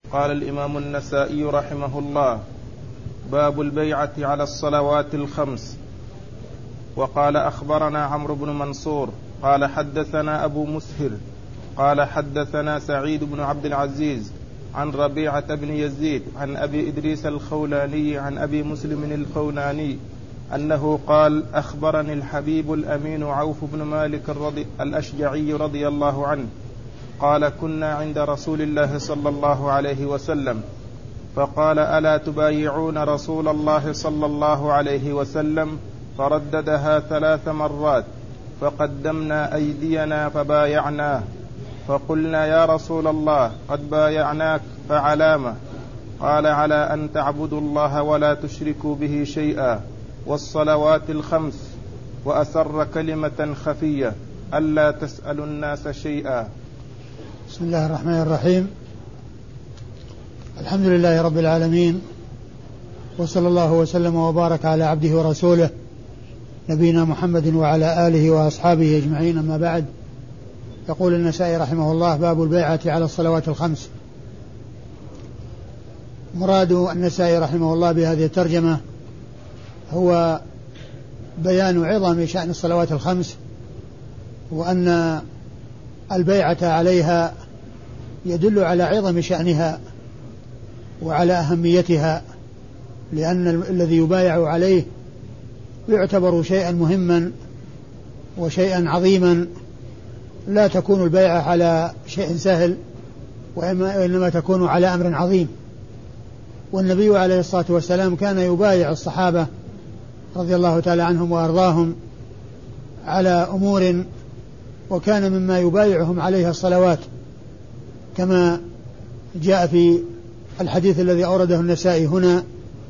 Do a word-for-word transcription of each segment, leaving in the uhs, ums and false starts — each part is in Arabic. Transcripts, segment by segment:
قال الإمام النسائي رحمه الله: باب البيعة على الصلوات الخمس. وقال أخبرنا عمرو بن منصور قال حدثنا أبو مسهر قال حدثنا سعيد بن عبد العزيز عن ربيعة بن يزيد عن أبي إدريس الخولاني عن أبي مسلم الخولاني أنه قال: أخبرني الحبيب الأمين عوف بن مالك الرضي الأشجعي رضي الله عنه قال: كنا عند رسول الله صلى الله عليه وسلم فقال: ألا تبايعون رسول الله صلى الله عليه وسلم؟ فرددها ثلاث مرات، فقدمنا أيدينا فبايعناه، فقلنا: يا رسول الله قد بايعناك، فعلامة؟ قال: على أن تعبدوا الله ولا تشركوا به شيئا، والصلوات الخمس، وأسر كلمة خفية: ألا تسألوا الناس شيئا. بسم الله الرحمن الرحيم. الحمد لله رب العالمين، وصلى الله وسلم وبارك على عبده ورسوله نبينا محمد وعلى آله وأصحابه أجمعين، أما بعد. يقول النسائي رحمه الله: باب البيعة على الصلوات الخمس. مراد النسائي رحمه الله بهذه الترجمة هو بيان عظم شأن الصلوات الخمس، وأن البيعة عليها يدل على عظم شأنها وعلى أهميتها، لأن الذي يبايع عليه يعتبر شيئا مهما وشيئا عظيما، لا تكون البيعة على شيء سهل، وإنما تكون على أمر عظيم. والنبي عليه الصلاة والسلام كان يبايع الصحابة رضي الله تعالى عنهم وأرضاهم على أمور، وكان مما يبايعهم عليها الصلوات، كما جاء في الحديث الذي أورده النسائي هنا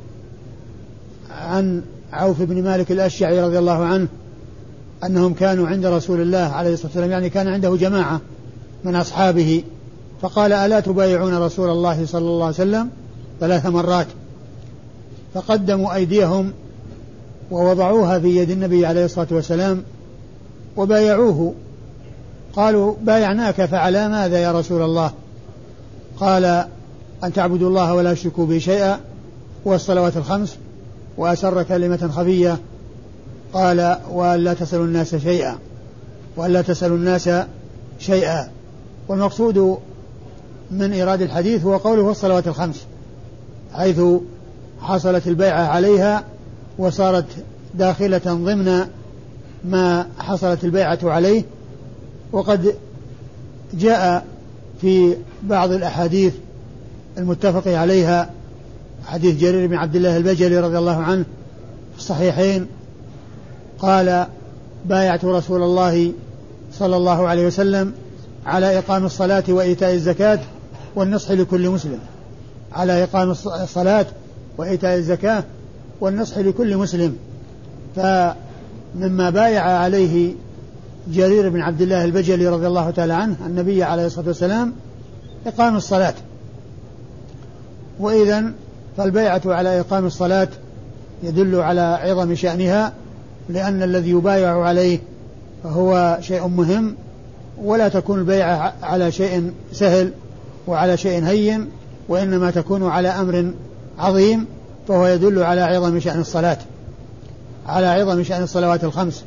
عن عوف بن مالك الأشجعي رضي الله عنه أنهم كانوا عند رسول الله عليه الصلاة والسلام، يعني كان عنده جماعة من أصحابه، فقال: ألا تبايعون رسول الله صلى الله عليه وسلم؟ ثلاث مرات، فقدموا أيديهم ووضعوها في يد النبي عليه الصلاة والسلام وبايعوه. قالوا: بايعناك، فعلى ماذا يا رسول الله؟ قال: أن تعبدوا الله ولا تشركوا به شيئا، والصلوات الخمس، وأسر كلمة خفية، قال: وألا تسألوا الناس شيئا، وألا تسألوا الناس شيئا. والمقصود من إيراد الحديث هو قوله الصلوات الخمس، حيث حصلت البيعة عليها وصارت داخلة ضمن ما حصلت البيعة عليه. وقد جاء في بعض الأحاديث المتفق عليها حديث جرير بن عبد الله البجلي رضي الله عنه في الصحيحين قال: بايعت رسول الله صلى الله عليه وسلم على إقام الصلاة وإيتاء الزكاة والنصح لكل مسلم، على إقام الصلاة وإيتاء الزكاة والنصح لكل مسلم. فمما بايع عليه جرير بن عبد الله البجلي رضي الله تعالى عنه النبي عليه الصلاة والسلام إقام الصلاة. وإذن فالبيعة على إقام الصلاة يدل على عظم شأنها، لأن الذي يبايع عليه هو شيء مهم، ولا تكون البيعة على شيء سهل وعلى شيء هين، وإنما تكون على أمر عظيم، فهو يدل على عظم شأن الصلاة، على عظم شأن الصلوات الخمس.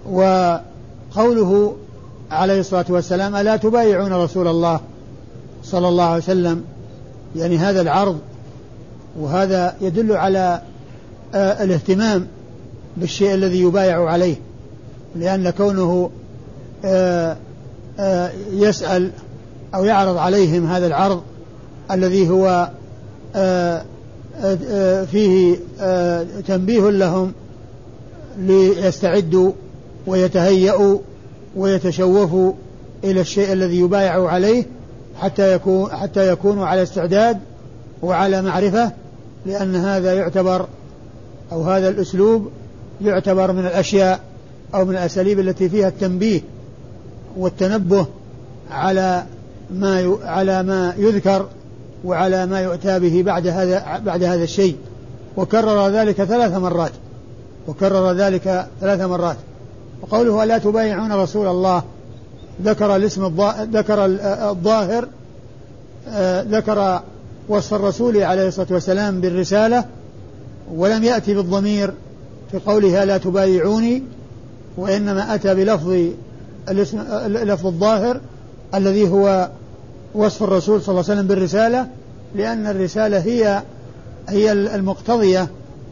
وقوله عليه الصلاة والسلام: ألا تبايعون رسول الله صلى الله عليه وسلم، يعني هذا العرض، وهذا يدل على آه الاهتمام بالشيء الذي يبايع عليه، لأن كونه آه آه يسأل أو يعرض عليهم هذا العرض الذي هو آه آه فيه آه تنبيه لهم ليستعدوا ويتهيئوا ويتشوفوا إلى الشيء الذي يبايع عليه، حتى يكون حتى يكونوا على استعداد وعلى معرفة، لأن هذا يعتبر أو هذا الأسلوب يعتبر من الأشياء أو من الأساليب التي فيها التنبيه والتنبه على ما على ما يذكر وعلى ما يؤتى به بعد هذا بعد هذا الشيء. وكرر ذلك ثلاث مرات وكرر ذلك ثلاث مرات. وقوله: ألا تبايعون رسول الله، ذكر الاسم الظاهر ذكر الظاهر ذكر وصف الرسول عليه الصلاة والسلام بالرسالة، ولم يأتي بالضمير في قولها لا تبايعوني، وإنما أتى بلفظ اللفظ الظاهر الذي هو وصف الرسول صلى الله عليه وسلم بالرسالة، لأن الرسالة هي هي المقتضية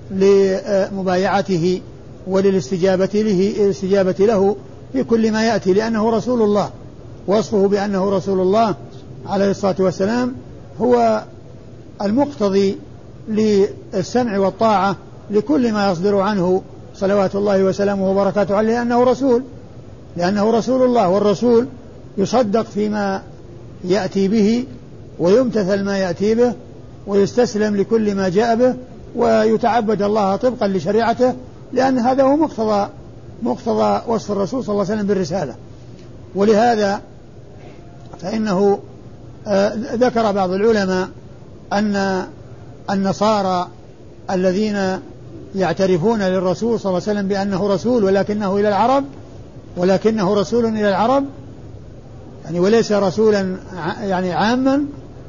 لمبايعته وللاستجابة له, الاستجابة له في كل ما يأتي، لأنه رسول الله. وصفه بأنه رسول الله عليه الصلاة والسلام هو المقتضي للسمع والطاعة لكل ما يصدر عنه صلوات الله وسلامه وبركاته عليه، لأنه رسول لأنه رسول الله، والرسول يصدق فيما يأتي به ويمتثل ما يأتي به ويستسلم لكل ما جاء به ويتعبد الله طبقا لشريعته، لأن هذا هو مقتضى مقتضى وصف الرسول صلى الله عليه وسلم بالرسالة. ولهذا فإنه آه ذكر بعض العلماء أن النصارى الذين يعترفون للرسول صلى الله عليه وسلم بأنه رسول ولكنه إلى العرب ولكنه رسول إلى العرب يعني وليس رسولا يعني عاما،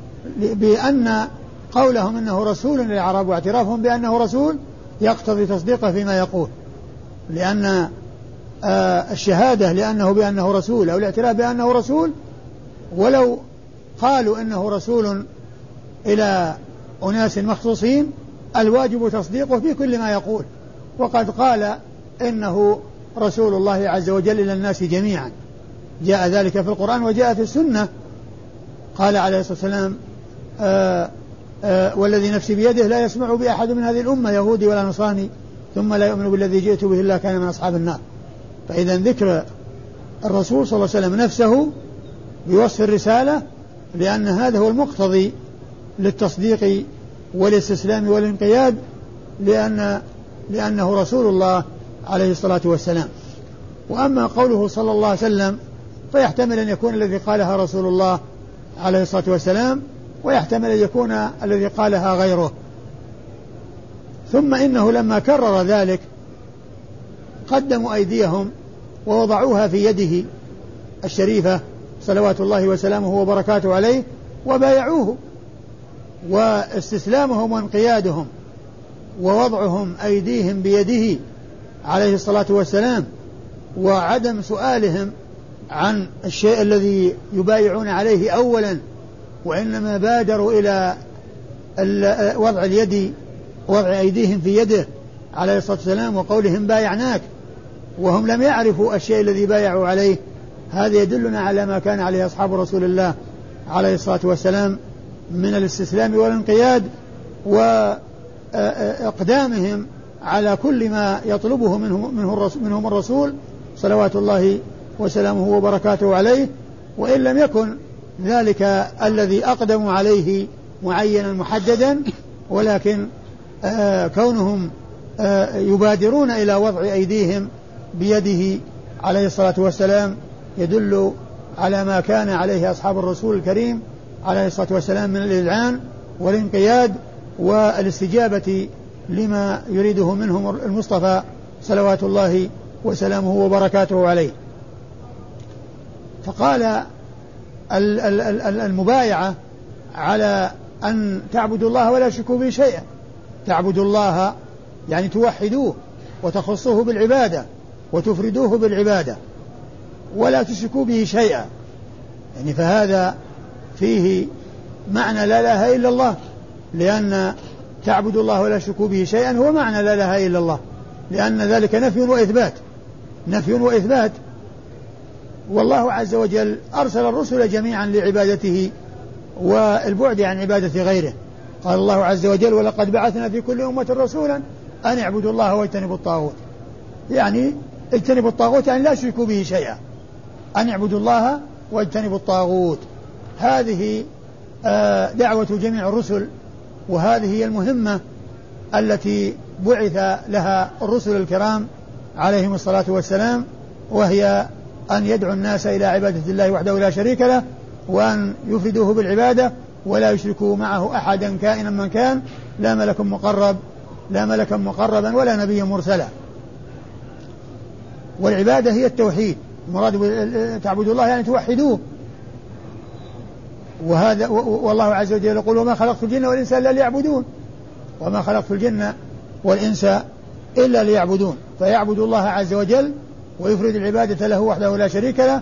بأن قولهم إنه رسول للعرب واعترافهم بأنه رسول يقتضي تصديقه فيما يقول، لأن آه الشهادة لأنه بأنه رسول أو الاعتراف بأنه رسول ولو قالوا إنه رسول إلى أناس مخصوصين الواجب تصديقه في كل ما يقول، وقد قال إنه رسول الله عز وجل إلى الناس جميعا، جاء ذلك في القرآن وجاء في السنة. قال عليه الصلاة والسلام آآ آآ والذي نفسي بيده لا يسمع بأحد من هذه الأمة يهودي ولا نصراني ثم لا يؤمن بالذي جئت به إلا كان من أصحاب النار. فإذا ذكر الرسول صلى الله عليه وسلم نفسه بوصف الرسالة لأن هذا هو المقتضي للتصديق والاستسلام والانقياد، لأن لأنه رسول الله عليه الصلاة والسلام. وأما قوله صلى الله عليه وسلم فيحتمل أن يكون الذي قالها رسول الله عليه الصلاة والسلام، ويحتمل أن يكون الذي قالها غيره. ثم إنه لما كرر ذلك قدموا أيديهم ووضعوها في يده الشريفة صلوات الله وسلامه وبركاته عليه وبايعوه، واستسلامهم وانقيادهم ووضعهم أيديهم بيده عليه الصلاة والسلام وعدم سؤالهم عن الشيء الذي يبايعون عليه أولا، وإنما بادروا إلى وضع اليد وضع أيديهم في يده عليه الصلاة والسلام وقولهم بايعناك، وهم لم يعرفوا الشيء الذي بايعوا عليه. هذا يدلنا على ما كان عليه أصحاب رسول الله عليه الصلاة والسلام من الاستسلام والانقياد وإقدامهم على كل ما يطلبه منهم, منهم الرسول صلوات الله وسلامه وبركاته عليه، وإن لم يكن ذلك الذي أقدموا عليه معينا محددا، ولكن آه كونهم آه يبادرون إلى وضع أيديهم بيده عليه الصلاة والسلام يدل على ما كان عليه أصحاب الرسول الكريم عليه الصلاة والسلام من الإذعان والانقياد والاستجابة لما يريده منهم المصطفى صلوات الله وسلامه وبركاته عليه. فقال المبايعة على أن تعبدوا الله ولا تشركوا به شيئا، تعبدوا الله يعني توحدوه وتخصوه بالعبادة وتفردوه بالعبادة ولا تشركوا به شيئا، يعني فهذا فيه معنى لا إله إلا الله، لأن تعبدوا الله ولا تشركوا به شيئا هو معنى لا إله إلا الله، لأن ذلك نفي وإثبات نفي وإثبات والله عز وجل أرسل الرسل جميعا لعبادته والبعد عن عبادة غيره. قال الله عز وجل ولقد بعثنا في كل أمة رسولا أن اعبدوا الله واجتنبوا الطاغوت، يعني اجتنبوا الطاغوت يعني لا تشركوا به شيئا، أن اعبدوا الله واجتنبوا الطاغوت. هذه دعوة جميع الرسل، وهذه هي المهمة التي بعث لها الرسل الكرام عليهم الصلاة والسلام، وهي أن يدعو الناس إلى عبادة الله وحده لا شريك له، وأن يفردوه بالعبادة ولا يشركوا معه أحدا كائنا من كان، لا ملك مقرب لا ملكا مقربا ولا نبي مرسلا. والعبادة هي التوحيد، المراد تعبدوا الله يعني توحدوه وهذا والله عز وجل يقول وما خلقت الجن والإنس إلا ليعبدون وما خلقت الجن والإنس إلا ليعبدون فيعبد الله عز وجل ويفرد العبادة له وحده لا شريك له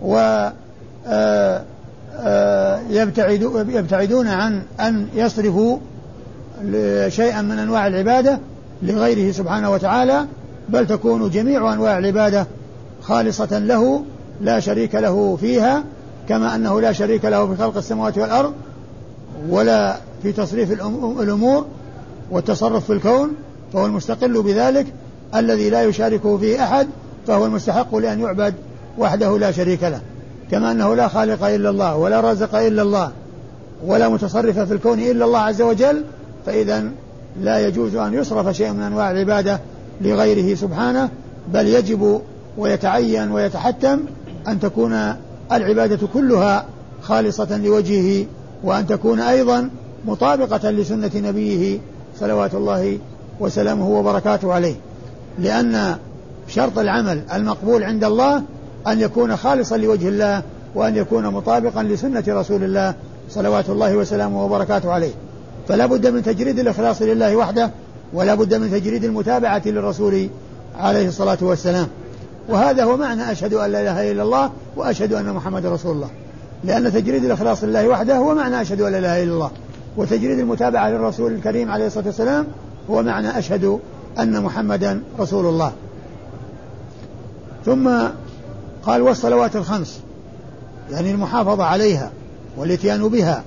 ويبتعدون عن أن يصرفوا شيئا من أنواع العبادة لغيره سبحانه وتعالى بل تكون جميع أنواع العبادة خالصة له لا شريك له فيها كما أنه لا شريك له في خلق السماوات والأرض ولا في تصريف الأمور والتصرف في الكون فهو المستقل بذلك الذي لا يشاركه فيه أحد فهو المستحق لأن يعبد وحده لا شريك له كما أنه لا خالق إلا الله ولا رازق إلا الله ولا متصرف في الكون إلا الله عز وجل فإذا لا يجوز أن يصرف شيء من أنواع العبادة لغيره سبحانه بل يجب ويتعين ويتحتم أن تكون العبادة كلها خالصة لوجهه وأن تكون أيضا مطابقة لسنة نبيه صلوات الله وسلامه وبركاته عليه لأن شرط العمل المقبول عند الله أن يكون خالصا لوجه الله وأن يكون مطابقا لسنة رسول الله صلوات الله وسلامه وبركاته عليه فلا بد من تجريد الإخلاص لله وحده ولا بد من تجريد المتابعة للرسول عليه الصلاة والسلام وهذا هو معنى أشهد أن لا إله إلا الله وأشهد أن محمد رسول الله لأن تجريد الإخلاص لله وحده هو معنى أشهد أن لا إله إلا الله وتجريد المتابعة للرسول الكريم عليه الصلاة والسلام هو معنى أشهد أن محمدا رسول الله. ثم قال والصلوات الخمس يعني المحافظة عليها والاتيان بها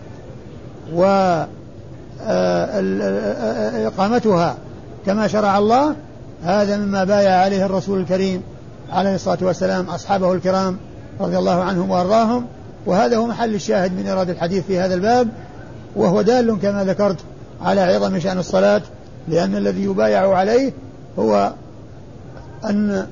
وإقامتها كما شرع الله هذا مما بايع عليه الرسول الكريم عليه الصلاة والسلام أصحابه الكرام رضي الله عنهم وأرضاهم وهذا هو محل الشاهد من إرادة الحديث في هذا الباب وهو دال كما ذكرت على عظم شأن الصلاة لأن الذي يبايع عليه هو أن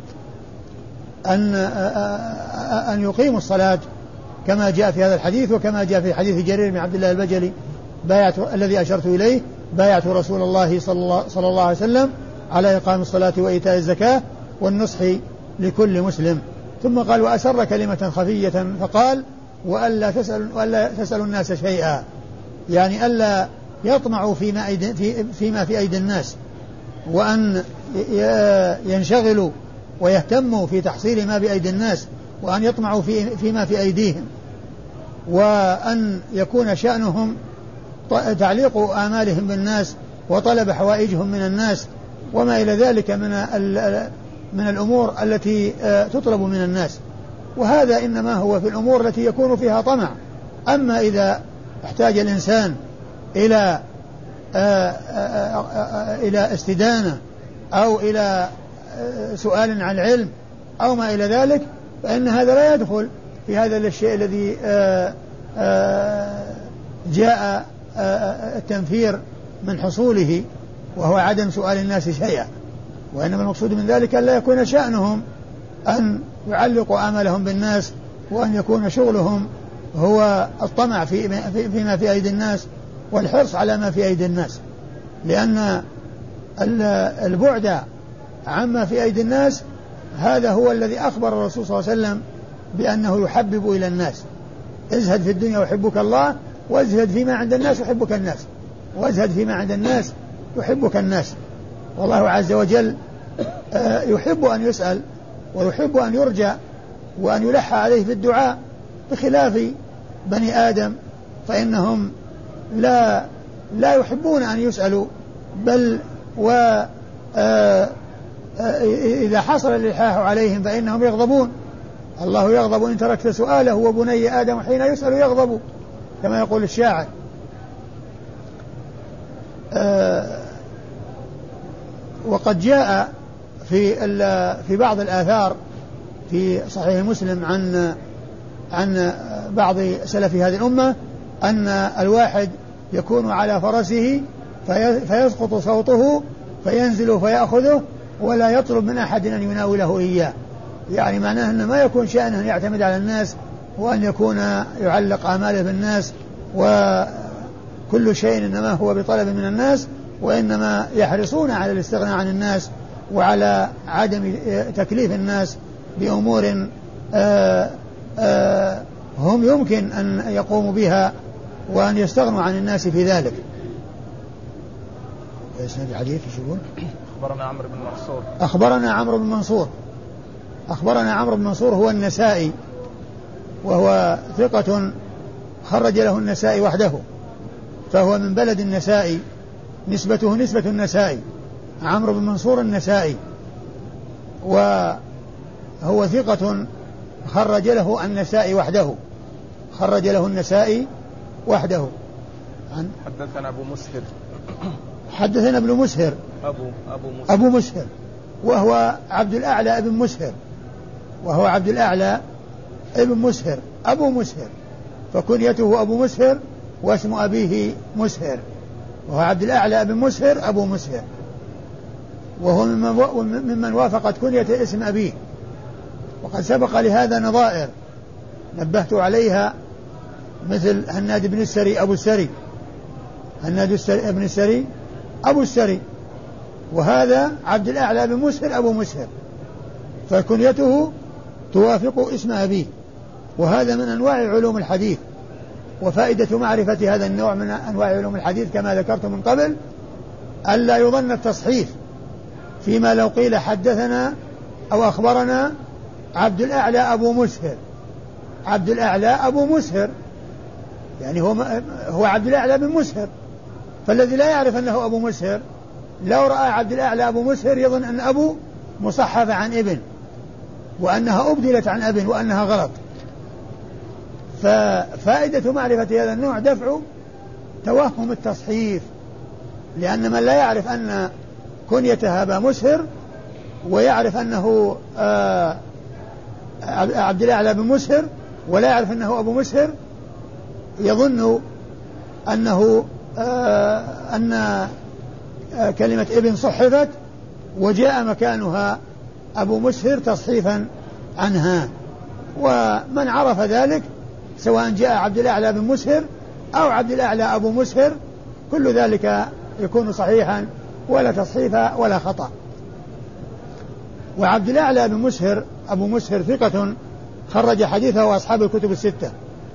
أن أن يقيم الصلاة كما جاء في هذا الحديث وكما جاء في حديث جرير بن عبد الله البجلي بايعت الذي أشرت إليه بايعت رسول الله صلى الله, صلى الله عليه وسلم على إقام الصلاة وإيتاء الزكاة والنصح لكل مسلم. ثم قال وأسر كلمة خفية فقال وألا تسأل وألا تسأل الناس شيئا يعني ألا يطمعوا فيما, في فيما في أيدي الناس وأن ينشغلوا ويهتموا في تحصيل ما بأيدي الناس وأن يطمعوا في فيما في أيديهم وأن يكون شأنهم تعليق آمالهم بالناس وطلب حوائجهم من الناس وما إلى ذلك من من الأمور التي تطلب من الناس وهذا إنما هو في الأمور التي يكون فيها طمع. أما إذا احتاج الإنسان إلى إلى استدانة أو إلى سؤال عن العلم أو ما إلى ذلك فإن هذا لا يدخل في هذا الشيء الذي جاء التنفير من حصوله وهو عدم سؤال الناس شيئا وإنما المقصود من ذلك أن لا يكون شأنهم أن يعلقوا آمالهم بالناس وأن يكون شغلهم هو الطمع في فيما في أيدي الناس والحرص على ما في أيدي الناس لأن البعد عما في أيدي الناس هذا هو الذي أخبر الرسول صلى الله عليه وسلم بأنه يحبب إلى الناس ازهد في الدنيا يحبك الله وازهد فيما عند الناس يحبك الناس وازهد فيما عند الناس يحبك الناس. والله عز وجل يحب أن يسأل ويحب أن يرجى وأن يلحى عليه في الدعاء بخلاف بني آدم فإنهم لا لا يحبون أن يسألوا بل و إذا حصل الإلحاح عليهم فإنهم يغضبون. الله يغضب إن تركت سؤاله وبني آدم حين يسأل يغضب كما يقول الشاعر. وقد جاء في في بعض الآثار في صحيح مسلم عن عن بعض سلف هذه الأمة أن الواحد يكون على فرسه فيسقط صوته فينزل فيأخذه ولا يطلب من أحد أن يناوله إياه يعني معناه أنه ما يكون شأنه أن يعتمد على الناس وأن يكون يعلق آماله بالناس وكل شيء إنما هو بطلب من الناس وإنما يحرصون على الاستغناء عن الناس وعلى عدم تكليف الناس بأمور آآ آآ هم يمكن أن يقوموا بها وأن يستغنوا عن الناس في ذلك. إسناد الحديث إيش يقول؟ أخبرنا عمرو بن منصور أخبرنا عمرو بن منصور أخبرنا عمرو بن منصور هو النسائي، وهو ثقة خرج له النسائي وحده، فهو من بلد النسائي، نسبته نسبة النسائي، عمرو بن منصور النسائي، وهو ثقة خرج له النسائي وحده خرج له النسائي وحده. عن حدثنا أبو مسهر حدثنا ابن مسهر أبو أبو مسهر, أبو مسهر وهو عبد الأعلى ابن مسهر وهو عبد الأعلى ابن مسهر أبو مسهر، فكنيته أبو مسهر واسم أبيه مسهر، وهو عبد الأعلى ابن مسهر أبو مسهر، وهو ممن وافقت كنية اسم أبيه. وقد سبق لهذا نظائر نبهت عليها، مثل هناد بن السري أبو السري، هناد بن السري أبو السري، وهذا عبد الأعلى بن مسهر أبو مسهر، فكنيته توافق اسم أبيه. وهذا من أنواع علوم الحديث، وفائدة معرفة هذا النوع من أنواع علوم الحديث كما ذكرت من قبل ألا يظن التصحيف فيما لو قيل حدثنا أو أخبرنا عبد الأعلى أبو مسهر، عبد الأعلى أبو مسهر يعني هو هو عبد الأعلى بن مسهر، فالذي لا يعرف أنه أبو مسهر لو رأى عبد الأعلى أبو مسهر يظن أن أبو مصحف عن ابن، وأنها أبدلت عن ابن، وأنها غلط. ففائدة معرفة هذا النوع دفع توهم التصحيف، لأن من لا يعرف أن كنيته أبا مسهر ويعرف أنه آه عبد الأعلى بن مسهر ولا يعرف أنه أبو مسهر يظن أنه آه أن آه كلمة ابن صحفت وجاء مكانها أبو مسهر تصحيفا عنها. ومن عرف ذلك سواء جاء عبد الأعلى بن مسهر أو عبد الأعلى أبو مسهر كل ذلك يكون صحيحا ولا تصحيف ولا خطأ. وعبد الأعلى بن مسهر أبو مسهر ثقة خرج حديثه وأصحاب الكتب الستة.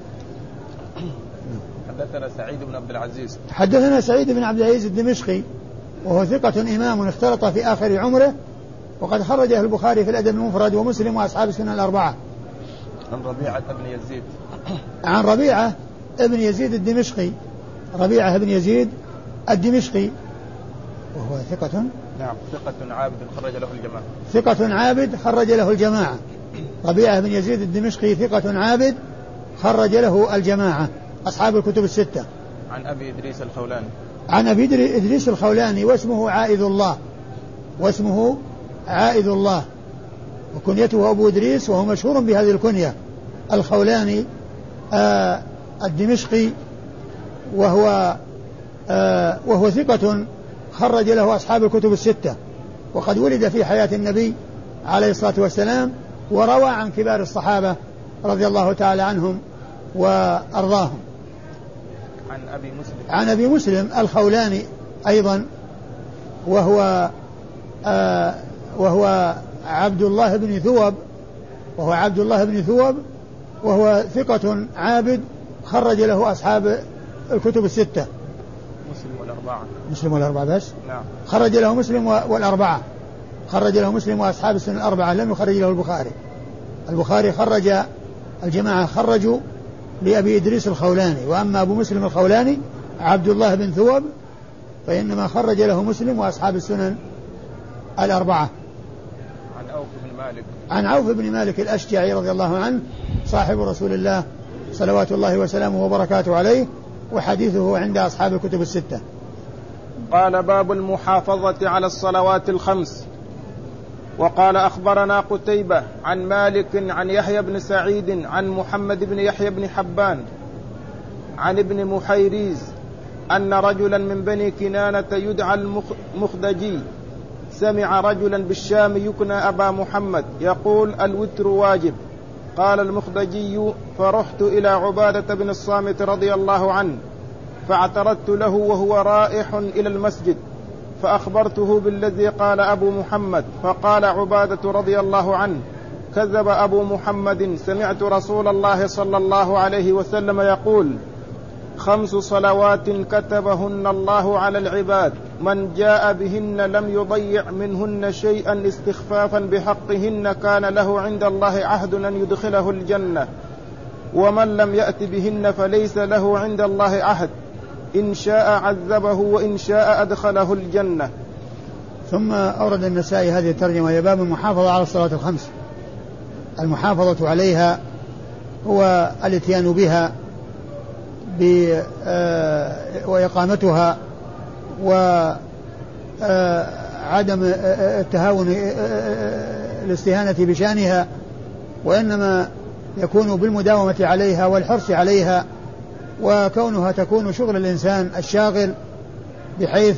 حدثنا سعيد بن عبد العزيز حدثنا سعيد بن عبد العزيز الدمشقي وهو ثقة إمام اختلط في آخر عمره، وقد خرجه البخاري في الأدب المفرد ومسلم وأصحاب السنن الأربعة. عن ربيعة بن يزيد عن ربيعة ابن يزيد الدمشقي، ربيعة بن يزيد الدمشقي وهو ثقة نعم ثقة عابد خرج له الجماعة ثقة عابد خرج له الجماعة ربيعة بن يزيد الدمشقي ثقة عابد خرج له الجماعة أصحاب الكتب الستة. عن أبي إدريس الخولاني عن أبي إدريس الخولاني واسمه عائذ الله واسمه عائذ الله وكنيته أبو إدريس، وهو مشهور بهذه الكنية الخولاني آه الدمشقي، وهو آه وهو ثقة خرج له أصحاب الكتب الستة، وقد ولد في حياة النبي عليه الصلاة والسلام، وروى عن كبار الصحابة رضي الله تعالى عنهم وأرضاهم. عن أبي مسلم عن أبي مسلم الخولاني أيضا وهو آه وهو عبد الله بن ثوب وهو عبد الله بن ثوب وهو ثقة عابد خرج له أصحاب الكتب الستة. مسلم والأربعة مسلم والأربعة بس نعم خرج له مسلم والأربعة خرج له مسلم وأصحاب السنن الأربعة، لم يخرج له البخاري. البخاري خرج الجماعة خرجوا لأبي إدريس الخولاني، وأما أبو مسلم الخولاني عبد الله بن ثوب فإنما خرج له مسلم وأصحاب السنن الأربعة. عن عوف بن مالك عن عوف بن مالك الأشجعي رضي الله عنه صاحب رسول الله صلوات الله وسلامه وبركاته عليه، وحديثه عند أصحاب الكتب الستة. قال باب المحافظة على الصلوات الخمس. وقال أخبرنا قتيبة عن مالك عن يحيى بن سعيد عن محمد بن يحيى بن حبان عن ابن محيريز أن رجلا من بني كنانة يدعى المخدجي سمع رجلا بالشام يكنى أبا محمد يقول الوتر واجب. قال المخدجي فرحت إلى عبادة بن الصامت رضي الله عنه فاعترضت له وهو رائح إلى المسجد فأخبرته بالذي قال أبو محمد، فقال عبادة رضي الله عنه كذب أبو محمد سمعت رسول الله صلى الله عليه وسلم يقول خمس صلوات كتبهن الله على العباد من جاء بهن لم يضيع منهن شيئا استخفافا بحقهن كان له عند الله عهد أن يدخله الجنة ومن لم يأت بهن فليس له عند الله عهد إن شاء عذبه وإن شاء أدخله الجنة. ثم أورد النسائي هذه الترجمة هي باب المحافظة على الصلاة الخمس. المحافظة عليها هو الاتيان بها وإقامتها وعدم التهاون الاستهانة بشأنها، وإنما يكون بالمداومة عليها والحرص عليها، وكونها تكون شغل الإنسان الشاغل بحيث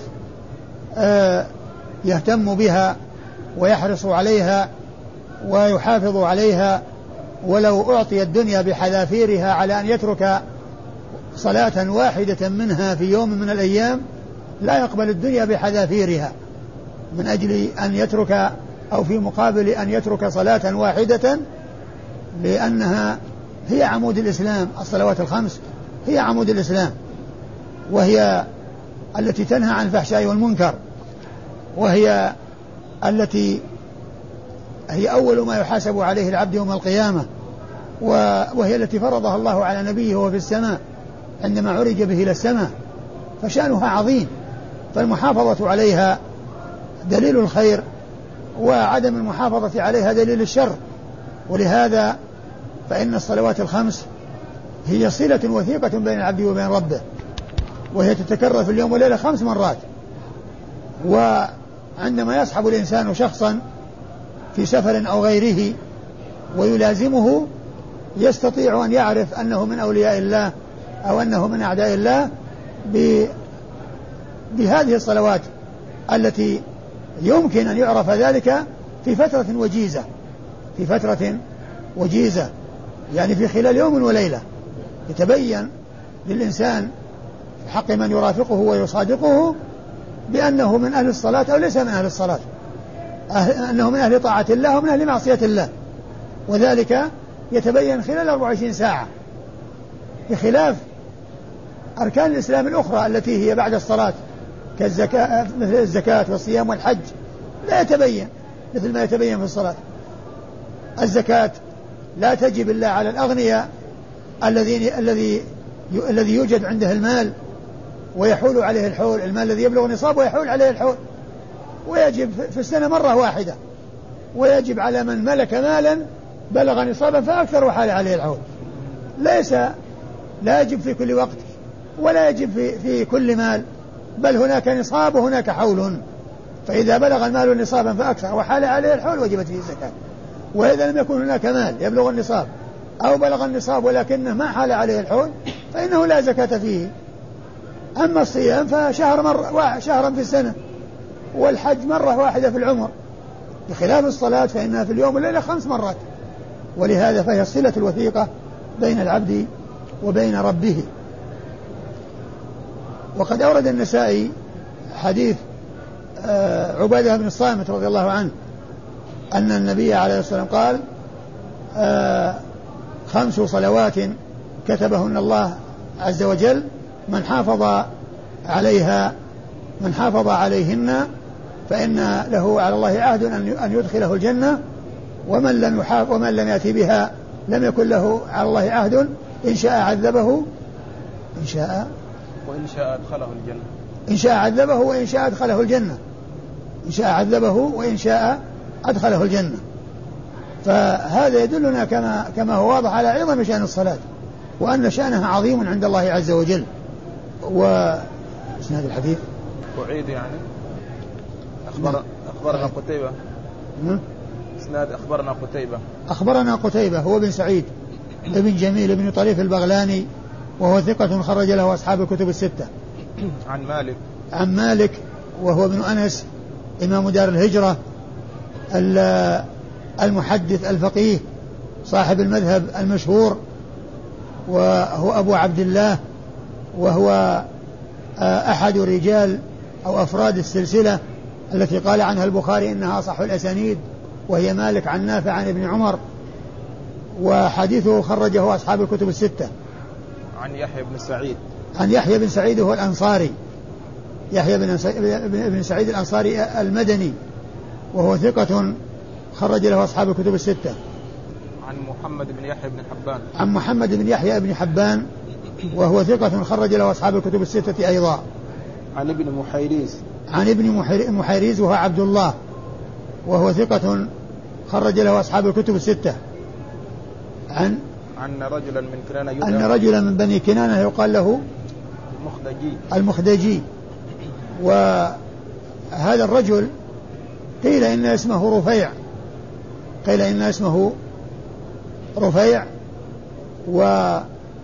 يهتم بها ويحرص عليها ويحافظ عليها، ولو أعطي الدنيا بحذافيرها على أن يترك صلاة واحدة منها في يوم من الأيام لا يقبل الدنيا بحذافيرها من أجل أن يترك أو في مقابل أن يترك صلاة واحدة، لأنها هي عمود الإسلام. الصلوات الخمس هي عمود الإسلام، وهي التي تنهى عن الفحشاء والمنكر، وهي التي هي أول ما يحاسب عليه العبد يوم القيامة، وهي التي فرضها الله على نبيه وهو في السماء عندما عرج به إلى السماء، فشأنها عظيم. فالمحافظة عليها دليل الخير، وعدم المحافظة عليها دليل الشر. ولهذا فإن الصلوات الخمس هي صلة وثيقة بين العبد وبين ربه، وهي تتكرر في اليوم والليلة خمس مرات. وعندما يصحب الإنسان شخصا في سفر أو غيره ويلازمه يستطيع أن يعرف أنه من أولياء الله أو أنه من أعداء الله بهذه الصلوات التي يمكن أن يعرف ذلك في فترة وجيزة في فترة وجيزة يعني في خلال يوم وليلة، يتبين للإنسان في حق من يرافقه ويصادقه بأنه من أهل الصلاة أو ليس من أهل الصلاة، أنه من أهل طاعة الله ومن أهل معصية الله، وذلك يتبين خلال أربع وعشرين ساعة، بخلاف أركان الإسلام الأخرى التي هي بعد الصلاة كالزكاة مثل الزكاة والصيام والحج لا يتبين مثل ما يتبين في الصلاة. الزكاة لا تجب إلا على الأغنياء الذين الذي الذي يوجد عنده المال ويحول عليه الحول، المال الذي يبلغ نصاب ويحول عليه الحول، ويجب في السنة مرة واحدة، ويجب على من ملك مالا بلغ نصابا فأكثر وحال عليه الحول. ليس لا يجب في كل وقت ولا يجب في, في كل مال، بل هناك نصاب وهناك حول، فإذا بلغ المال نصابا فأكثر وحال عليه الحول وجبت فيه الزكاة. وإذا لم يكن هناك مال يبلغ النصاب أو بلغ النصاب ولكنه ما حال عليه الحول فإنه لا زكاة فيه. أما الصيام فشهر مرة شهرا في السنة، والحج مرة واحدة في العمر، بخلاف الصلاة فإنها في اليوم والليلة خمس مرات. ولهذا فهي الصلة الوثيقة بين العبد وبين ربه. وقد أورد النسائي حديث عبادة بن الصامت رضي الله عنه أن النبي عليه الصلاة والسلام قال خمس صلوات كتبهن الله عز وجل من حافظ عليها من حافظ عليهن فإن له على الله عهد أن يدخله الجنة، ومن لم يحافظ ومن لم يأتي بها لم يكن له على الله عهد إن شاء عذبه إن شاء وإن شاء أدخله الجنة إن شاء عذبه وإن شاء أدخله الجنة إن شاء عذبه وإن شاء أدخله الجنة. فهذا يدلنا كما كما هو واضح على عظم شأن الصلاة، وأن شأنها عظيم عند الله عز وجل. وإسناد الحديث أعيد يعني أخبر أخبرنا قتيبة إسناد أخبرنا قتيبة أخبرنا قتيبة هو بن سعيد ابن جميل بن طريف البغلاني، وهو ثقة خرج له أصحاب الكتب الستة. عن مالك عن مالك وهو ابن أنس إمام دار الهجرة المحدث الفقيه صاحب المذهب المشهور، وهو أبو عبد الله، وهو أحد رجال أو أفراد السلسلة التي قال عنها البخاري إنها أصح الأسانيد وهي مالك عن نافع عن ابن عمر، وحديثه خرجه أصحاب الكتب الستة. عن يحيى بن سعيد عن يحيى بن سعيد هو الأنصاري، يحيى بن سعيد الأنصاري المدني، وهو ثقة خرج له أصحاب الكتب الستة. عن محمد بن يحيى بن حبان عن محمد بن يحيى بن حبان وهو ثقة خرج له أصحاب الكتب الستة أيضا. عن ابن محيريز عن ابن محيريز وهو عبد الله، وهو ثقة خرج له أصحاب الكتب الستة. عن أن رجلا من كنانة أن رجلا من بني كنانة يقال له المخدجي المخدجي وهذا الرجل قيل إن اسمه رفيع، قيل إن اسمه رفيع وذكر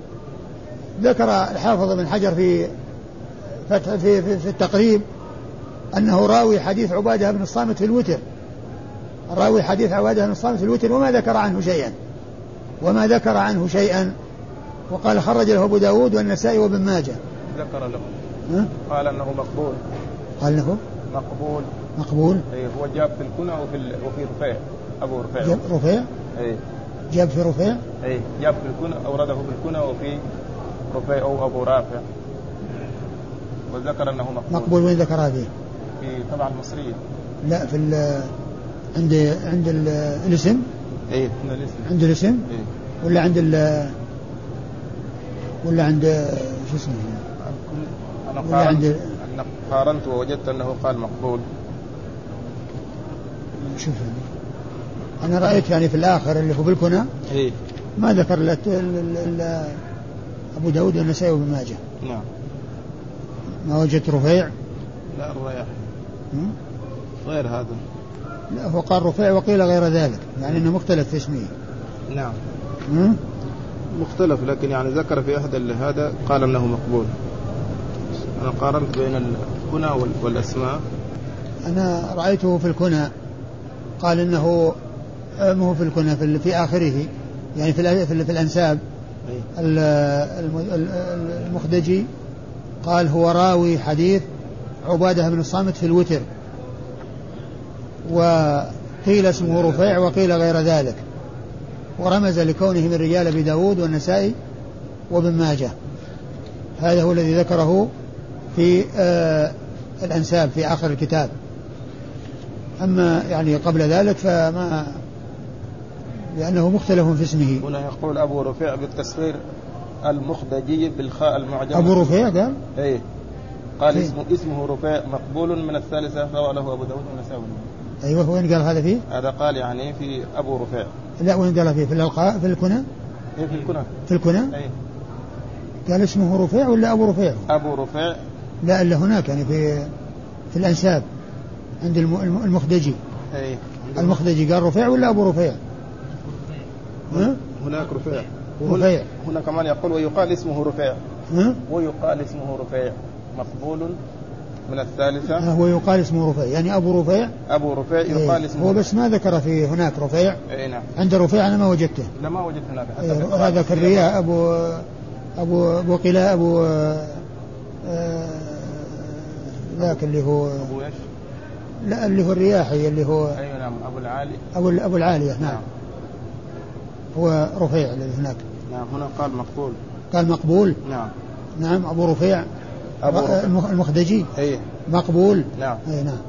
الحافظ بن حجر في فتح في, في, في التقريب أنه راوي حديث عبادة بن الصامت في الوتر، راوي حديث عبادة بن الصامت في الوتر وما ذكر عنه شيئا وما ذكر عنه شيئا وقال خرج له أبو داود والنسائي وابن ماجه. ذكر له ها؟ قال أنه مقبول، قال له مقبول مقبول أي هو جاب في الكنى وفي ال... وفي رفيع أبو رفيع جاب رفيع أي جاب في رفيع أي جاب في الكنى أورده في الكنى وفي رفيع أو أبو رافع، وذكر أنه مقبول. مقبول وين ذكر هذه؟ في طبعا المصرية. لا في ال عند عند ال الاسم. ايه عند الاسم. عند الاسم. إيه؟ ولا عند ال ولا عند شو اسمه؟ أنا قارنت أنا قارنت ووجدت أنه قال مقبول. شوف أنا رأيت يعني في الآخر اللي هو بالكنى إيه؟ ما ذكر ال ال أبو داود والنسائي وابن ماجه. نعم. ما وجدت رفيع. لا الرياح غير هذا. لا هو قال رفيع وقيل غير ذلك، يعني انه مختلف في اسمه. نعم. م? مختلف لكن يعني ذكر في احد هذا قال انه مقبول. انا قارنت بين الكنى والاسماء. انا رايته في الكنى قال انه مو في الكنى في, في اخره يعني في في الانساب. المخدجي قال هو راوي حديث عبادة بن الصامت في الوتر، وقيل اسمه رفيع وقيل غير ذلك، ورمز لكونه من رجال أبي داود والنسائي وابن ماجه. هذا هو الذي ذكره في آه الأنساب في آخر الكتاب. أما يعني قبل ذلك فما، لأنه مختلف في اسمه. هنا يقول أبو رفيع بالتصغير المخدجي بالخاء المعجمة. أبو رفيع قال؟ إيه قال اسمه اسمه رفيع مقبول من الثالثة رواه له أبو داود والنسائي. أيوه وين قال هذا فيه؟ هذا قال يعني في أبو رفيع. لا وين قال فيه؟ في الألقاء في الكنى؟ إيه في الكنى. في الكنى؟ إيه. قال اسمه رفيع ولا أبو رفيع؟ أبو رفيع. لا إلا هناك يعني في في الأنساب عند المخدجي. إيه. المخدجي قال رفيع ولا أبو رفيع؟ ها؟ هناك رفيع. رفيع. هنا كمان يقول ويقال اسمه رفيع. ها؟ ويقال اسمه رفيع مقبول من الثالثة. هو يقال اسمه رفيع يعني أبو رفيع. أبو رفيع يقال إيه. اسمه. هو بس ما ذكر في هناك رفيع. إيه نعم. عند رفيع أنا ما وجدته. لا ما وجدت هناك. إيه. هذا في الرياء أبو أبو أبو قلاء أبو آه ذاك اللي هو أبو إيش؟ لا اللي هو الرياحي اللي هو. أيوة نعم أبو العالي. أبو أبو العالية نعم. نعم. هو رفيع اللي هناك. نعم هنا قال مقبول. قال مقبول. نعم. نعم أبو رفيع. أبو رفيع. المخدجي. أيه. مقبول. نعم. أي نعم.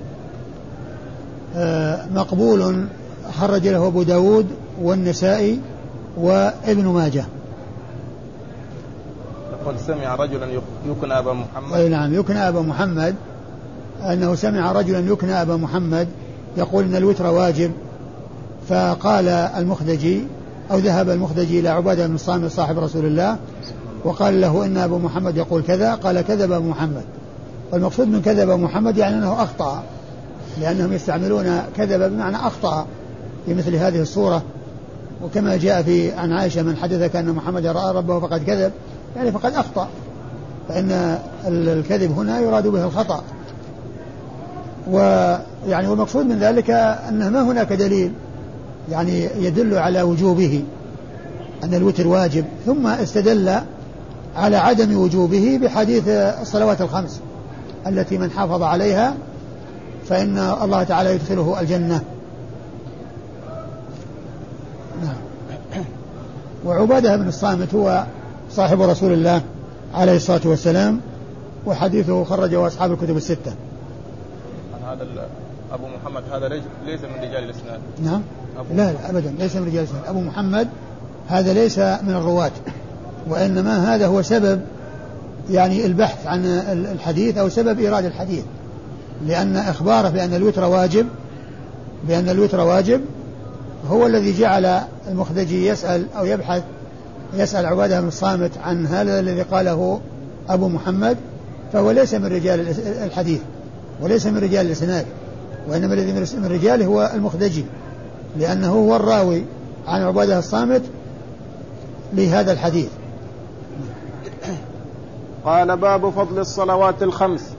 آه مقبول خرج له أبو داود والنسائي وابن ماجه. يقول سمع رجلا يكنى أبا محمد. أي نعم يكنى أبا محمد، أنه سمع رجلا يكنى أبا محمد يقول إن الوتر واجب، فقال المخدجي أو ذهب المخدجي إلى عبادة بن الصامت صاحب رسول الله وقال له إن أبو محمد يقول كذا، قال كذب أبو محمد. والمقصود من كذب أبو محمد يعني أنه أخطأ، لأنهم يستعملون كذب بمعنى أخطأ في مثل هذه الصورة. وكما جاء في عن عائشة من حدثك أن محمد رأى ربه فقد كذب يعني فقد أخطأ، فإن الكذب هنا يراد به الخطأ. ويعني والمقصود من ذلك أنه ما هناك دليل يعني يدل على وجوبه أن الوتر واجب، ثم استدل على عدم وجوبه بحديث الصلوات الخمس التي من حافظ عليها فإن الله تعالى يدخله الجنة. وعبادة بن الصامت هو صاحب رسول الله عليه الصلاة والسلام، وحديثه خرجه أصحاب الكتب الستة. هذا أبو محمد هذا ليس من رجال الإسناد. نعم لا لا أبدا ليس من رجال الإسناد. أبو محمد هذا ليس من الرواة، وإنما هذا هو سبب يعني البحث عن الحديث أو سبب إيراد الحديث، لأن إخباره بأن الوتر واجب بأن الوتر واجب هو الذي جعل المخدجي يسأل أو يبحث يسأل عبادة بن الصامت عن هذا الذي قاله أبو محمد، فهو ليس من رجال الحديث وليس من رجال الإسناد، وإنما الذي من رجاله هو المخدجي، لأنه هو الراوي عن عبادة الصامت لهذا الحديث. قال باب فضل الصلوات الخمس.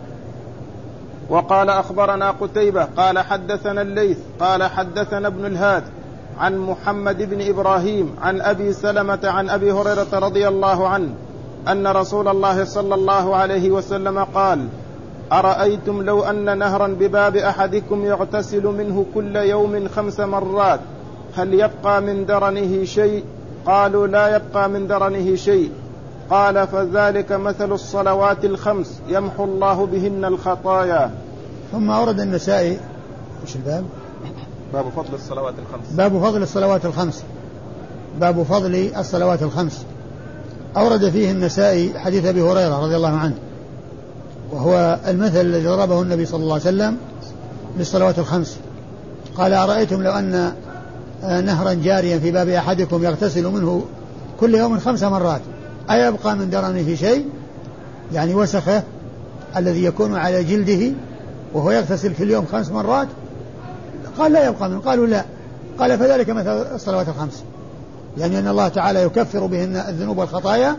وقال أخبرنا قتيبة قال حدثنا الليث قال حدثنا ابن الهاد عن محمد بن إبراهيم عن أبي سلمة عن أبي هريرة رضي الله عنه أن رسول الله صلى الله عليه وسلم قال: أرأيتم لو أن نهرا بباب أحدكم يغتسل منه كل يوم خمس مرات هل يبقى من درنه شيء؟ قالوا: لا يبقى من درنه شيء. قال: فذلك مثل الصلوات الخمس يمحو الله بهن الخطايا. ثم أورد النسائي إيش الباب؟ باب فضل الصلوات الخمس. باب فضل الصلوات الخمس باب فضل الصلوات الخمس. أورد فيه النسائي حديث أبي هريرة رضي الله عنه، وهو المثل الذي ضربه النبي صلى الله عليه وسلم للصلوات الخمس. قال: أرأيتم لو أن نهرا جاريا في باب أحدكم يغتسل منه كل يوم خمس مرات أيبقى من درنه شيء؟ يعني وسخه الذي يكون على جلده وهو يغتسل كل يوم خمس مرات. قال: لا يبقى منه. قالوا: لا. قال: فذلك مثل الصلوات الخمس، يعني أن الله تعالى يكفر بهن الذنوب والخطايا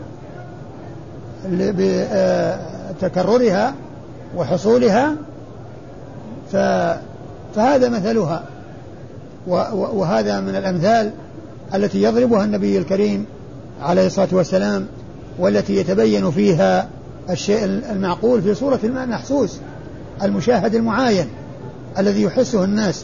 بتكررها وحصولها، فهذا مثلها، وهذا من الأمثال التي يضربها النبي الكريم عليه الصلاة والسلام، والتي يتبين فيها الشيء المعقول في صورة المحسوس المشاهد المعاين الذي يحسه الناس.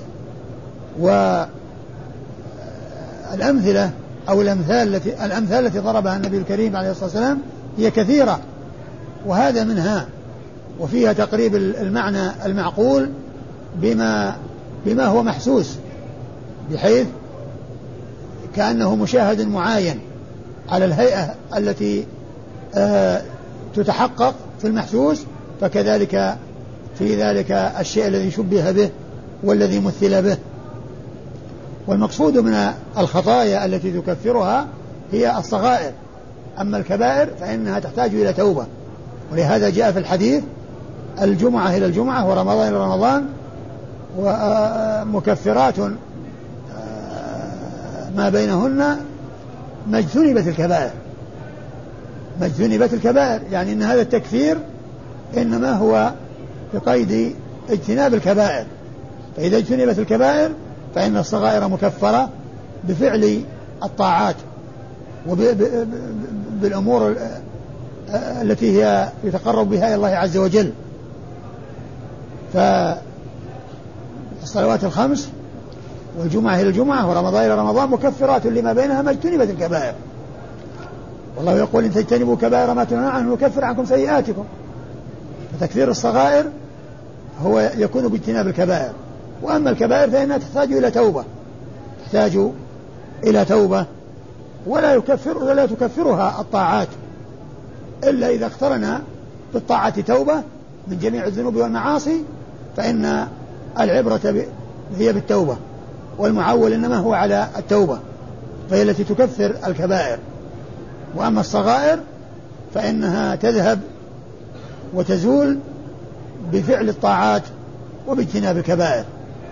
والأمثلة أو الأمثال التي الأمثال التي ضربها النبي الكريم عليه الصلاة والسلام هي كثيرة، وهذا منها، وفيها تقريب المعنى المعقول بما بما هو محسوس، بحيث كأنه مشاهد معاين على الهيئة التي آه تتحقق في المحسوس، فكذلك في ذلك الشيء الذي شبه به والذي مثل به. والمقصود من الخطايا التي تكفرها هي الصغائر، أما الكبائر فإنها تحتاج إلى توبة، ولهذا جاء في الحديث: الجمعة إلى الجمعة ورمضان إلى رمضان ومكفرات ما بينهن ما اجتنبت الكبائر. ما اجتنبت الكبائر يعني أن هذا التكفير إنما هو بقيد اجتناب الكبائر، فإذا اجتنبت الكبائر فإن الصغائر مكفرة بفعل الطاعات وبالأمور التي هي يتقرب بها إلى الله عز وجل. فالصلوات الخمس والجمعة إلى الجمعة ورمضان إلى رمضان مكفرات لما بينها ما اجتنبت الكبائر، والله يقول: إن تجتنبوا كبائر ما تنهون عنه نكفر عنكم سيئاتكم. فتكفير الصغائر هو يكون باجتناب الكبائر، وأما الكبائر فإنها تحتاج إلى توبة تحتاج إلى توبة ولا يكفر ولا تكفرها الطاعات إلا إذا اقترن بالطاعة توبة من جميع الذنوب والمعاصي، فإن العبرة هي بالتوبة، والمعول إنما هو على التوبة، فهي التي تكفر الكبائر. وأما الصغائر فإنها تذهب وتزول بفعل الطاعات وباجتناب الكبائر.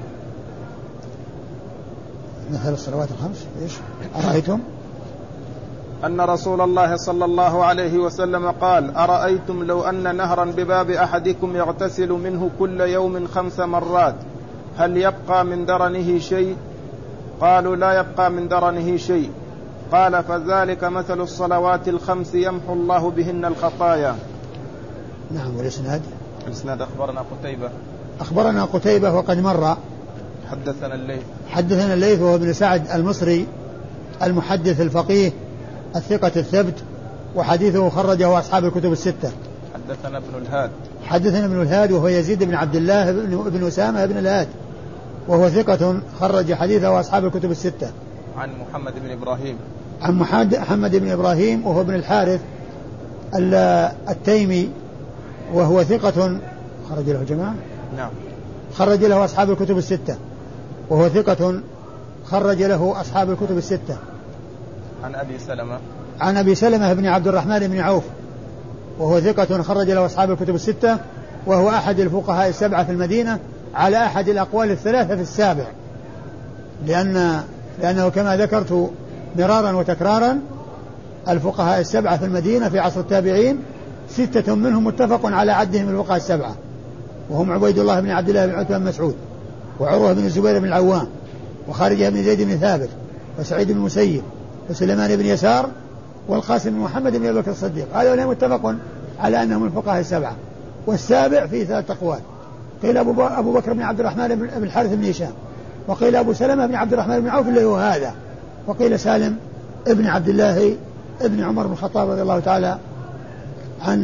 مثل الصلوات الخمس إيش؟ أرأيتم أن رسول الله صلى الله عليه وسلم قال: أرأيتم لو أن نهرا بباب أحدكم يغتسل منه كل يوم خمس مرات هل يبقى من درنه شيء؟ قالوا: لا يبقى من درنه شيء. قال: فذلك مثل الصلوات الخمس يمحو الله بهن الخطايا. نعم. والإسناد الإسناد أخبرنا قتيبة أخبرنا قتيبة وقد مر. حدثنا الليث حدثنا الليث وهو ابن سعد المصري المحدث الفقيه الثقة الثبت، وحديثه خرجه أصحاب الكتب الستة. حدثنا ابن الهاد حدثنا ابن الهاد وهو يزيد بن عبد الله بن أسامة بن الهاد، وهو ثقة خرج حديثه أصحاب الكتب الستة. عن محمد بن إبراهيم عن محمد بن إبراهيم وهو ابن الحارث التيمي، وهو ثقة خرج له جماعة نعم خرج له أصحاب الكتب الستة، وهو ثقة خرج له أصحاب الكتب الستة. عن أبي سلمة عن أبي سلمة بن عبد الرحمن بن عوف، وهو ثقة خرج له أصحاب الكتب الستة، وهو أحد الفقهاء السبعة في المدينة على أحد الأقوال الثلاثة في السابع، لأن لأنه كما ذكرت مرارا وتكرارا الفقهاء السبعة في المدينة في عصر التابعين ستة منهم متفق على عدهم الفقهاء السبعة، وهم عبيد الله بن عبد الله بن عتبة بن مسعود، وعروة بن الزبير بن العوام، وخارجة بن زيد بن ثابت، وسعيد بن المسيب، وسليمان بن يسار، والقاسم بن محمد بن أبي بكر الصديق. هذا متفق على أنهم الفقهاء السبعة. والسابع فيه ثلاث أقوال، قيل أبو بكر بن عبد الرحمن بن الحارث بن هشام، وقيل أبو سلمة بن عبد الرحمن بن عوف اللي هو هذا، وقيل سالم ابن عبد الله ابن عمر بن الخطاب رضي الله تعالى عن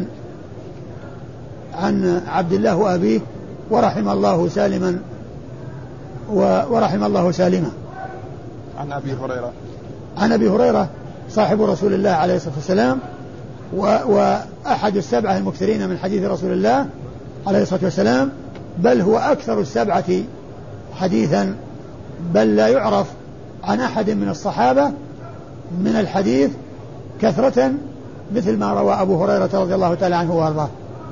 عن عبد الله وأبيه، ورحم الله سالما ورحم الله سالما. عن أبي هريرة عن أبي هريرة صاحب رسول الله عليه الصلاة والسلام، وأحد السبعة المكثرين من حديث رسول الله عليه الصلاة والسلام، بل هو أكثر السبعة حديثا، بل لا يعرف عن أحد من الصحابة من الحديث كثرة مثل ما روى أبو هريرة رضي الله تعالى عنه وارضاه.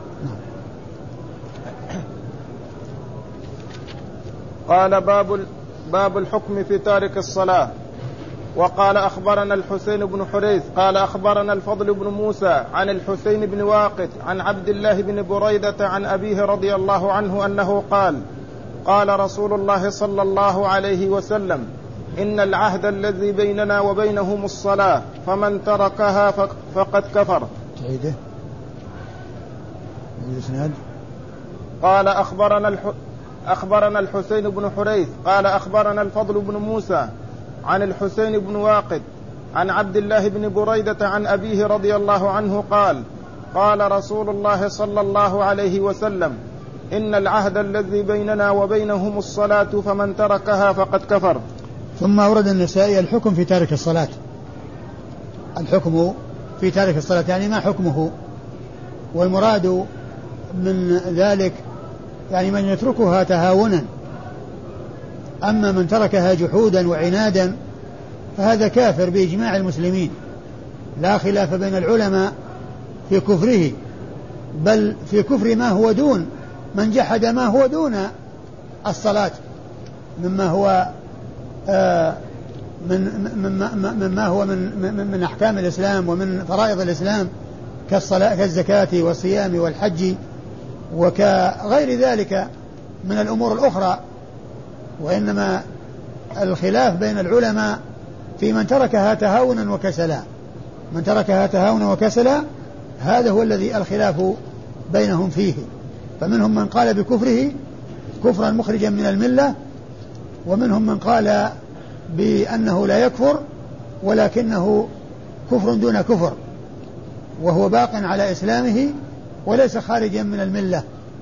قال باب باب الحكم في تارك الصلاة. وقال أخبرنا الحسين بن حريث قال أخبرنا الفضل بن موسى عن الحسين بن واقد عن عبد الله بن بريدة عن أبيه رضي الله عنه أنه قال قال رسول الله صلى الله عليه وسلم إن العهد الذي بيننا وبينهم الصلاة فمن تركها فقد كفر. تعيده. قال أخبرنا الح... أخبرنا الحسين بن حريث قال أخبرنا الفضل بن موسى عن الحسين بن واقد عن عبد الله بن بريدة عن أبيه رضي الله عنه قال قال رسول الله صلى الله عليه وسلم إن العهد الذي بيننا وبينهم الصلاة فمن تركها فقد كفر. ثم أورد النسائي الحكم في تارك الصلاة. الحكم في تارك الصلاة يعني ما حكمه، والمراد من ذلك يعني من يتركها تهاونا، أما من تركها جحودا وعنادا فهذا كافر بإجماع المسلمين، لا خلاف بين العلماء في كفره، بل في كفر ما هو دون من جحد ما هو دون الصلاة مما هو آه من مما, مما هو من, من, من أحكام الإسلام ومن فرائض الإسلام كالصلاة كالزكاة والصيام والحج وكغير ذلك من الأمور الأخرى. وإنما الخلاف بين العلماء في من تركها تهاونا وكسلا، من تركها تهاونا وكسلا هذا هو الذي الخلاف بينهم فيه، فمنهم من قال بكفره كفرا مخرجا من الملة، ومنهم من قال بأنه لا يكفر ولكنه كفر دون كفر وهو باق على إسلامه وليس خارجا من الملة.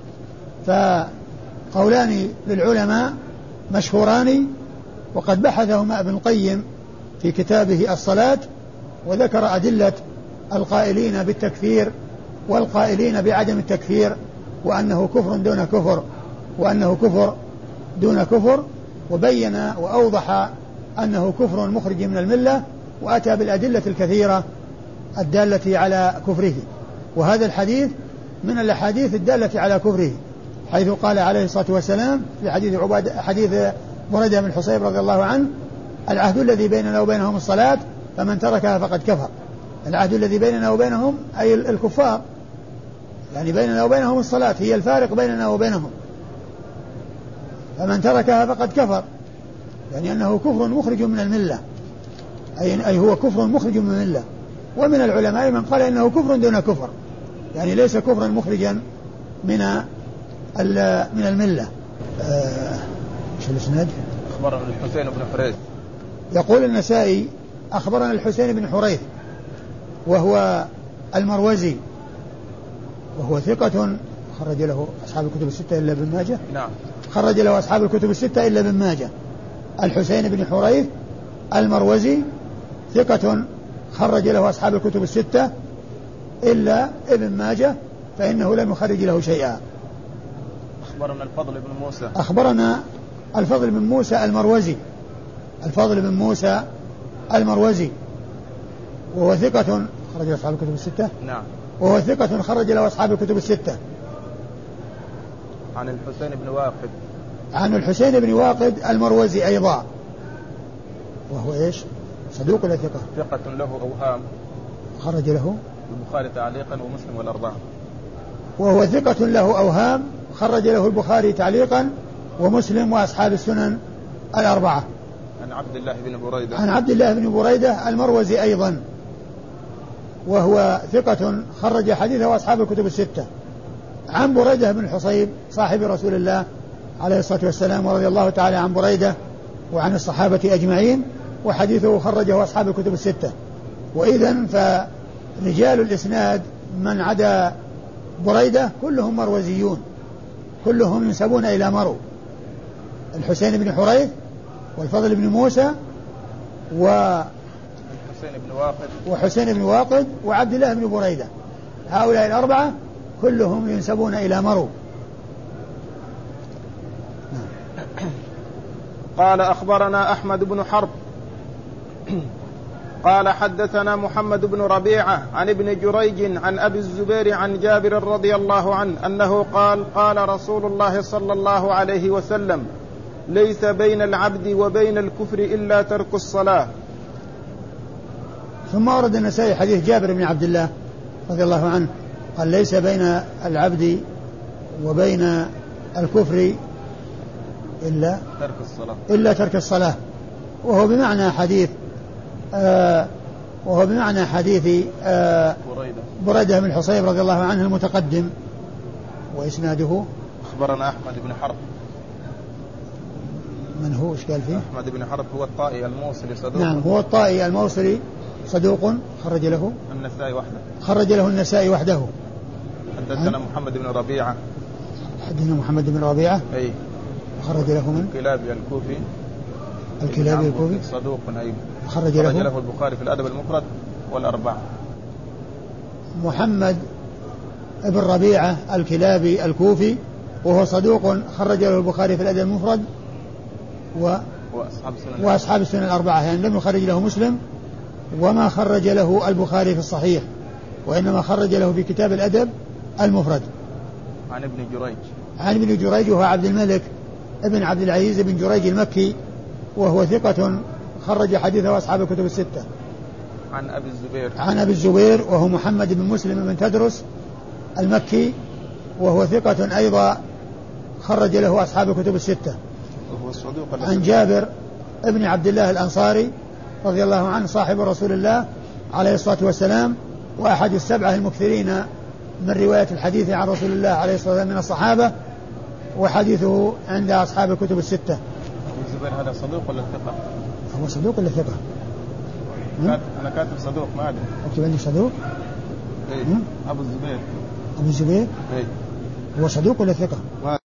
فقولان للعلماء مشهوران، وقد بحثهما ابن القيم في كتابه الصلاة، وذكر أدلة القائلين بالتكفير والقائلين بعدم التكفير، وأنه كفر دون كفر وأنه كفر دون كفر، وبين وأوضح أنه كفر مخرج من الملة، وأتى بالأدلة الكثيرة الدالة على كفره. وهذا الحديث من الأحاديث الدالة على كفره، حيث قال عليه الصلاة والسلام في حديث عباد حديث بريدة بن الحصيب رضي الله عنه العهد الذي بيننا وبينهم الصلاة فمن تركها فقد كفر. العهد الذي بيننا وبينهم أي الكفار، يعني بيننا وبينهم الصلاة هي الفارق بيننا وبينهم، فمن تركها فقد كفر، يعني أنه كفر مخرج من الملة، أي, أي هو كفر مخرج من الملة. ومن العلماء من قال إنه كفر دون كفر، يعني ليس كفرا مخرجا من من الملة. ايش الاسناد؟ أخبرنا الحسين بن حريث. يقول النسائي أخبرنا الحسين بن حريث وهو المروزي وهو ثقة خرج له أصحاب الكتب الستة إلا ابن ماجه. نعم. خرج له أصحاب الكتب الستة إلا ابن ماجه. الحسين بن حريث المروزي ثقة خرج له أصحاب الكتب الستة إلا ابن ماجه فإنه لم يخرج له شيئا. أخبرنا الفضل بن موسى. أخبرنا الفضل بن موسى المروزي الفضل بن موسى المروزي وهو ثقة خرج له أصحاب الكتب الستة. نعم. وهو ثقة خرج له أصحاب الكتب الستة. عن الحسين بن واقد. عن الحسين بن واقد المروزي أيضا وهو إيش صدوق ولا ثقة؟ ثقة له أوهام خرج له البخاري تعليقا ومسلم والأربعة. وهو ثقة له أوهام خرج له البخاري تعليقا ومسلم وأصحاب السنن الأربعة. عن عبد الله بن بريدة. عن عبد الله بن بريدة المروزي أيضا وهو ثقة خرج حديثه أصحاب الكتب الستة. عن بريدة بن الحصيب صاحب رسول الله عليه الصلاة والسلام ورضي الله تعالى عن بريدة وعن الصحابة أجمعين وحديثه خرجه أصحاب الكتب الستة. وإذن فرجال الإسناد من عدا بريدة كلهم مروزيون كلهم ينسبون إلى مرو الحسين بن حريث والفضل بن موسى و حسين بن واقد وحسين بن واقد وعبد الله بن بريدة هؤلاء الأربعة كلهم ينسبون إلى مرو. قال أخبرنا أحمد بن حرب قال حدثنا محمد بن ربيعة عن ابن جريج عن أبي الزبير عن جابر رضي الله عنه أنه قال قال رسول الله صلى الله عليه وسلم ليس بين العبد وبين الكفر إلا ترك الصلاة. ثم ورد النسائي حديث جابر بن عبد الله رضي الله عنه قال ليس بين العبد وبين الكفر إلا ترك الصلاة إلا ترك الصلاة وهو بمعنى حديث آه وهو بمعنى حديث آه بريدة بريدة بن الحصيب رضي الله عنه المتقدم. وإسناده أخبرنا أحمد بن حرب. من هو إيش قال فيه؟ أحمد بن حرب هو الطائي الموصلي صدوق. نعم هو الطائي الموصلي صدوق خرج له النسائي وحده. خرج له النسائي وحده. حدثنا محمد بن ربيعة. حدثنا محمد بن ربيعة. أي. خرج له من الكلابي الكوفي. الكلابي الكوفي صدوق أيضا. خرج له, له البخاري في الأدب المفرد والأربعة. محمد بن ربيعة الكلابي الكوفي وهو صدوق خرج له البخاري في الأدب المفرد و وأصحاب السنن وأصحاب السنن الأربعة يعني لم يخرج له مسلم وما خرج له البخاري في الصحيح وإنما خرج له في كتاب الأدب المفرد. عن ابن جريج. عن ابن جريج وهو عبد الملك ابن عبد العزيز بن جريج المكي وهو ثقة خرج حديثه أصحاب الكتب الستة. عن أبي الزبير. عن أبي الزبير وهو محمد بن مسلم بن تدرس المكي وهو ثقة أيضا خرج له أصحاب الكتب الستة. وهو الصدوق. عن جابر ابن عبد الله الأنصاري رضي الله عنه صاحب رسول الله عليه الصلاة والسلام وأحد السبعة المكثرين من رواية الحديث عن رسول الله عليه الصلاة والسلام من الصحابة وحديثه عند أصحاب الكتب الستة. أبو الزبير هذا صدوق ولا ثقة؟ هو صدوق ولا ثقة؟ أنا كاتب صدوق ما أدري. أكتب عندي صدوق؟ إيه؟ أبو الزبير. أبو الزبير؟ إيه؟ هو صدوق ولا ثقة؟